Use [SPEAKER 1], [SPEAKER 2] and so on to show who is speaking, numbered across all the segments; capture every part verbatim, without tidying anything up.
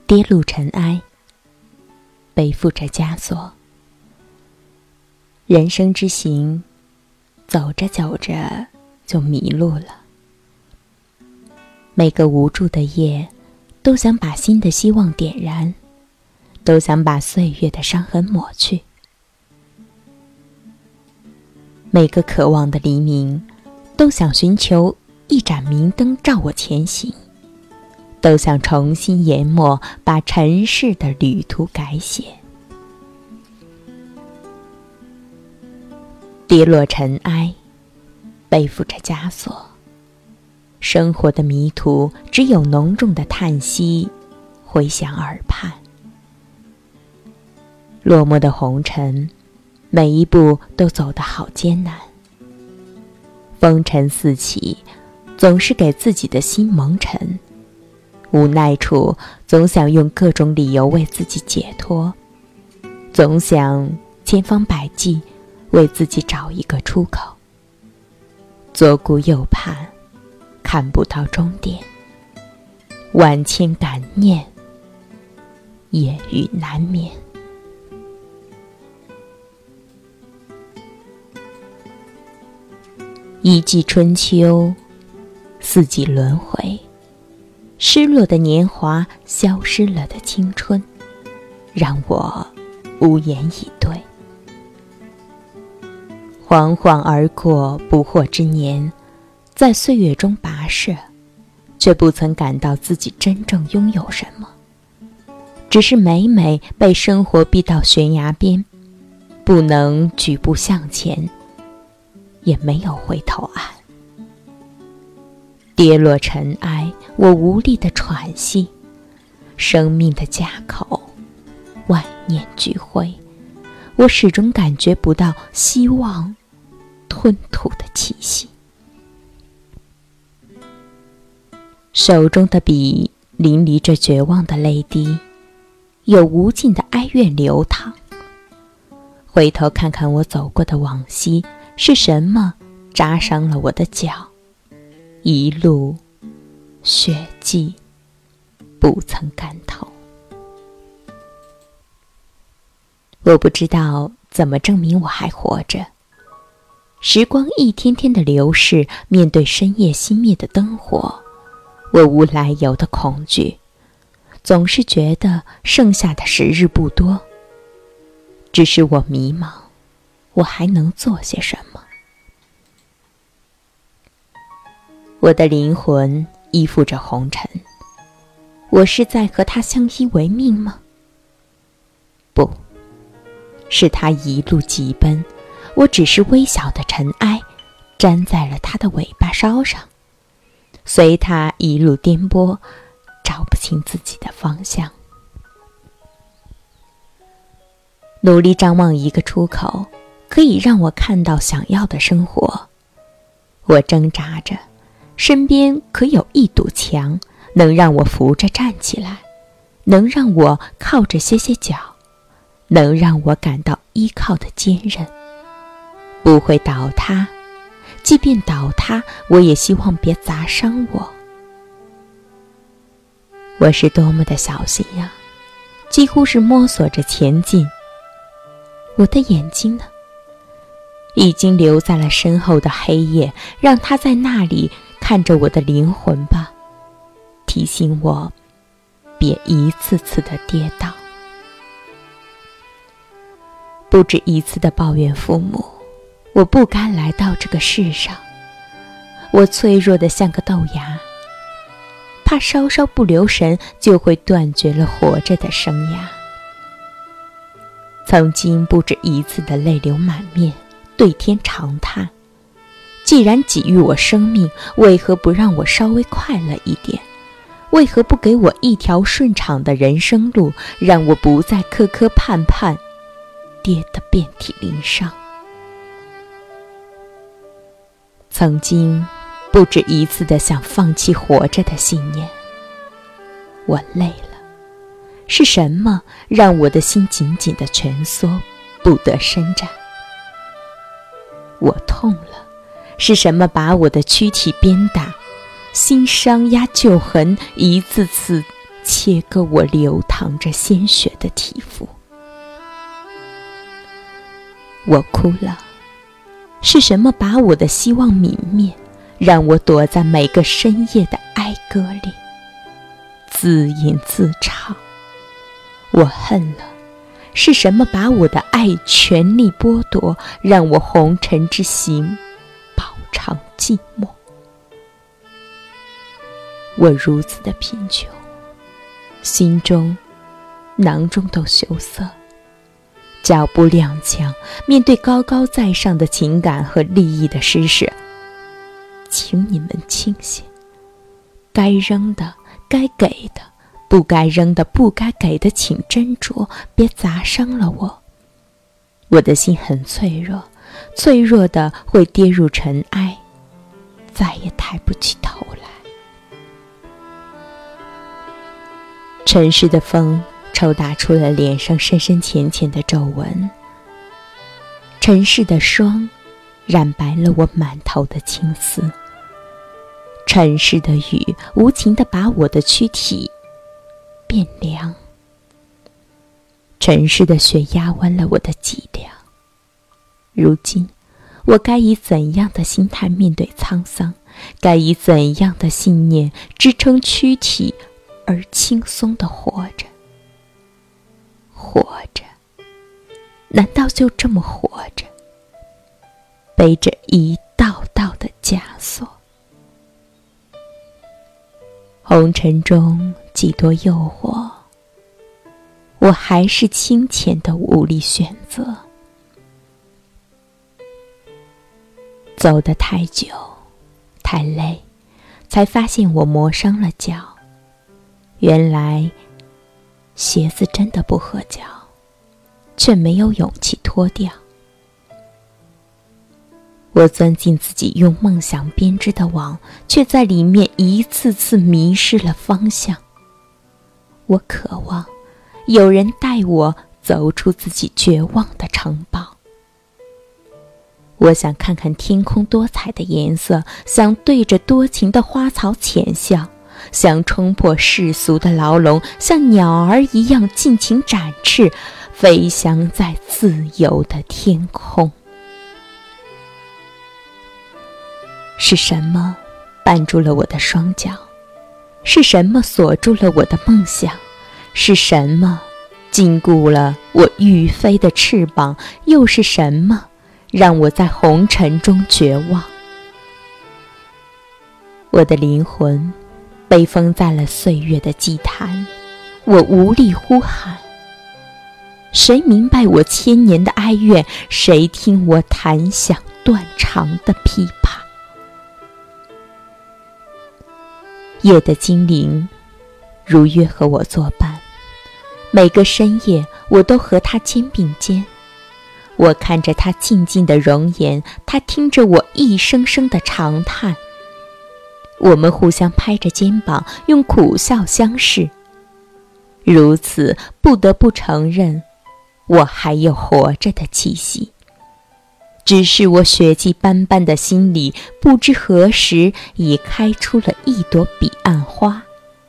[SPEAKER 1] 跌入尘埃，背负着枷锁。人生之行，走着走着就迷路了。每个无助的夜，都想把新的希望点燃，都想把岁月的伤痕抹去。每个渴望的黎明，都想寻求一盏明灯照我前行，都想重新研墨，把尘世的旅途改写。跌落尘埃，背负着枷锁。生活的迷途，只有浓重的叹息回响耳畔。落寞的红尘，每一步都走得好艰难。风尘四起，总是给自己的心蒙尘。无奈处，总想用各种理由为自己解脱，总想千方百计为自己找一个出口。左顾右盼，看不到终点，万千感念，夜雨难眠。一季春秋，四季轮回，失落的年华，消失了的青春，让我无言以对。惶惶而过不惑之年，在岁月中跋涉，却不曾感到自己真正拥有什么，只是每每被生活逼到悬崖边，不能举步向前，也没有回头岸。跌落尘埃，我无力地喘息，生命的家口，万念俱灰，我始终感觉不到希望吞吐的气息。手中的笔淋漓着绝望的泪滴，有无尽的哀怨流淌。回头看看我走过的往昔，是什么扎伤了我的脚？一路血迹，不曾干透。我不知道怎么证明我还活着。时光一天天的流逝，面对深夜熄灭的灯火，我无来由的恐惧，总是觉得剩下的时日不多。只是我迷茫，我还能做些什么？我的灵魂依附着红尘，我是在和它相依为命吗？不，是它一路疾奔，我只是微小的尘埃，粘在了它的尾巴梢上，随它一路颠簸，找不清自己的方向。努力张望一个出口，可以让我看到想要的生活。我挣扎着，身边可有一堵墙，能让我扶着站起来，能让我靠着歇歇脚，能让我感到依靠的坚韧，不会倒塌。即便倒塌，我也希望别砸伤我。我是多么的小心呀，几乎是摸索着前进。我的眼睛呢？已经留在了身后的黑夜，让它在那里看着我的灵魂吧，提醒我别一次次的跌倒。不止一次的抱怨父母，我不该来到这个世上。我脆弱的像个豆芽，怕稍稍不留神就会断绝了活着的生涯。曾经不止一次的泪流满面，对天长叹，既然给予我生命，为何不让我稍微快乐一点？为何不给我一条顺畅的人生路，让我不再磕磕绊绊，跌得遍体鳞伤？曾经不止一次的想放弃活着的信念，我累了。是什么让我的心紧紧的蜷缩，不得伸展？我痛了，是什么把我的躯体鞭打？新伤压旧痕，一次次切割我流淌着鲜血的体肤。我哭了，是什么把我的希望泯灭，让我躲在每个深夜的哀歌里，自吟自唱？我恨了，是什么把我的爱全力剥夺，让我红尘之行饱尝寂寞？我如此的贫穷，心中囊中都羞涩，脚步踉跄，面对高高在上的情感和利益的施舍，请你们清醒，该扔的该给的，不该扔的不该给的请斟酌，别砸伤了我。我的心很脆弱，脆弱的会跌入尘埃，再也抬不起头来。尘世的风抽打出了脸上深深浅浅的皱纹，尘世的霜染白了我满头的青丝，尘世的雨无情地把我的躯体变凉，尘世的雪压弯了我的脊梁。如今我该以怎样的心态面对沧桑？该以怎样的信念支撑躯体而轻松地活着？活着，难道就这么活着，背着一道道的枷锁？红尘中几多诱惑，我还是清浅的无力选择。走得太久太累，才发现我磨伤了脚，原来鞋子真的不合脚，却没有勇气脱掉。我钻进自己用梦想编织的网，却在里面一次次迷失了方向。我渴望有人带我走出自己绝望的城堡。我想看看天空多彩的颜色，想对着多情的花草浅笑，想冲破世俗的牢笼，像鸟儿一样尽情展翅，飞翔在自由的天空。是什么绊住了我的双脚？是什么锁住了我的梦想？是什么禁锢了我欲飞的翅膀？又是什么让我在红尘中绝望？我的灵魂被封在了岁月的祭坛，我无力呼喊。谁明白我千年的哀怨？谁听我弹响断肠的琵琶？夜的精灵如约和我作伴，每个深夜我都和他肩并肩。我看着他静静的容颜，他听着我一声声的长叹。我们互相拍着肩膀，用苦笑相视。如此，不得不承认，我还有活着的气息。只是我血迹斑斑的心里，不知何时已开出了一朵彼岸花。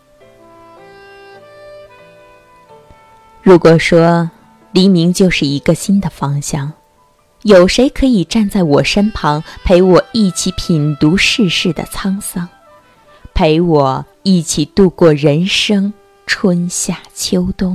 [SPEAKER 1] 如果说黎明就是一个新的方向，有谁可以站在我身旁，陪我一起品读世事的沧桑，陪我一起度过人生春夏秋冬？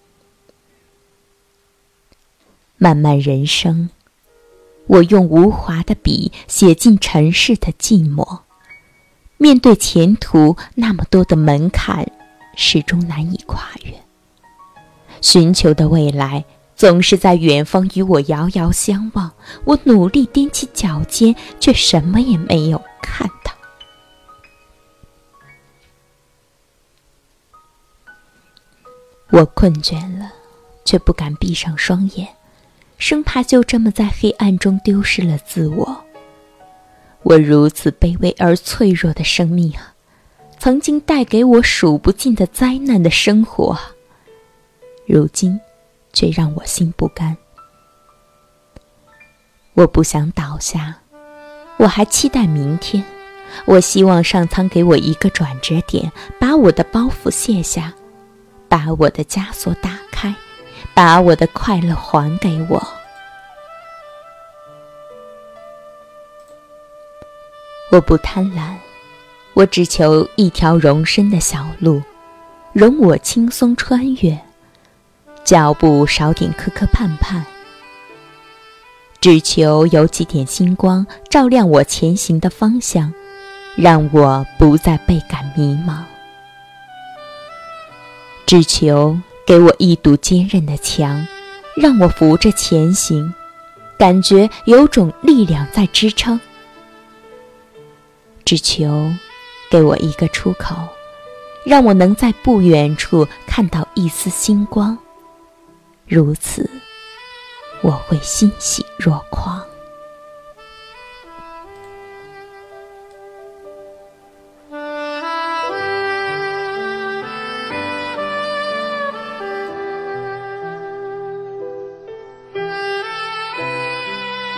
[SPEAKER 1] 漫漫人生，我用无华的笔写尽尘世的寂寞。面对前途那么多的门槛，始终难以跨越。寻求的未来总是在远方与我遥遥相望，我努力踮起脚尖，却什么也没有看到。我困倦了，却不敢闭上双眼，生怕就这么在黑暗中丢失了自我。我如此卑微而脆弱的生命啊，曾经带给我数不尽的灾难的生活啊，如今却让我心不甘。我不想倒下，我还期待明天。我希望上苍给我一个转折点，把我的包袱卸下， 把我的枷锁打开，把我的快乐还给我。我不贪婪，我只求一条容身的小路，容我轻松穿越，脚步少点磕磕绊绊，只求有几点星光照亮我前行的方向，让我不再倍感迷茫。只求给我一堵坚韧的墙，让我扶着前行，感觉有种力量在支撑。只求给我一个出口，让我能在不远处看到一丝星光，如此我会欣喜若狂。